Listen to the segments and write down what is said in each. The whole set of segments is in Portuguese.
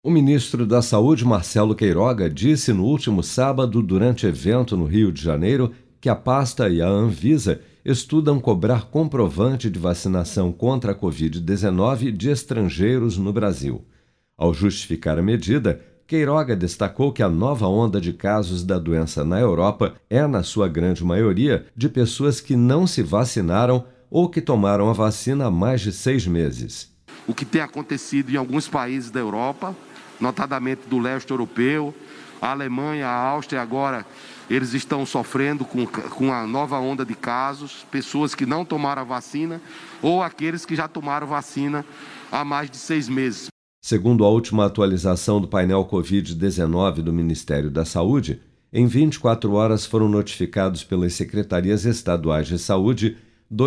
O ministro da Saúde, Marcelo Queiroga, disse no último sábado, durante evento no Rio de Janeiro, que a pasta e a Anvisa estudam cobrar comprovante de vacinação contra a Covid-19 de estrangeiros no Brasil. Ao justificar a medida, Queiroga destacou que a nova onda de casos da doença na Europa é, na sua grande maioria, de pessoas que não se vacinaram ou que tomaram a vacina há mais de 6 meses. O que tem acontecido em alguns países da Europa, notadamente do leste europeu, a Alemanha, a Áustria, agora eles estão sofrendo com a nova onda de casos, pessoas que não tomaram a vacina ou aqueles que já tomaram vacina há mais de 6 meses. Segundo a última atualização do painel Covid-19 do Ministério da Saúde, em 24 horas foram notificados pelas secretarias estaduais de saúde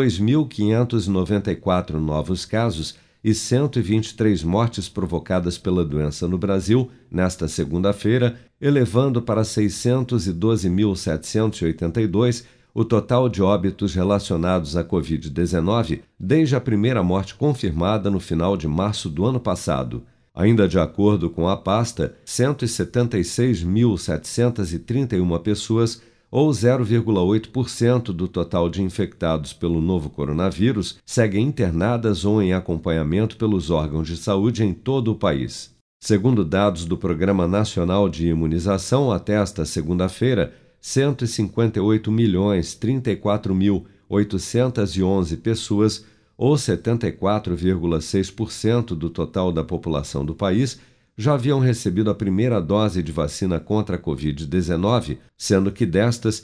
2.594 novos casos e 123 mortes provocadas pela doença no Brasil nesta segunda-feira, elevando para 612.782 o total de óbitos relacionados à Covid-19 desde a primeira morte confirmada no final de março do ano passado. Ainda de acordo com a pasta, 176.731 pessoas, ou 0,8% do total de infectados pelo novo coronavírus, seguem internadas ou em acompanhamento pelos órgãos de saúde em todo o país. Segundo dados do Programa Nacional de Imunização, até esta segunda-feira, 158.034.811 pessoas, ou 74,6% do total da população do país, já haviam recebido a primeira dose de vacina contra a Covid-19, sendo que destas,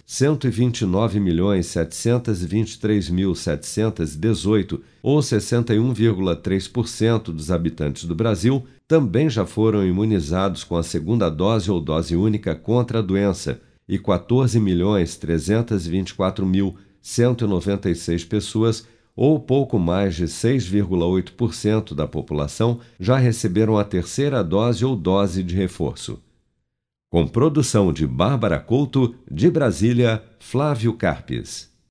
129.723.718, ou 61,3% dos habitantes do Brasil, também já foram imunizados com a segunda dose ou dose única contra a doença, e 14.324.196 pessoas, ou pouco mais de 6,8% da população, já receberam a terceira dose ou dose de reforço. Com produção de Bárbara Couto, de Brasília, Flávio Carpes.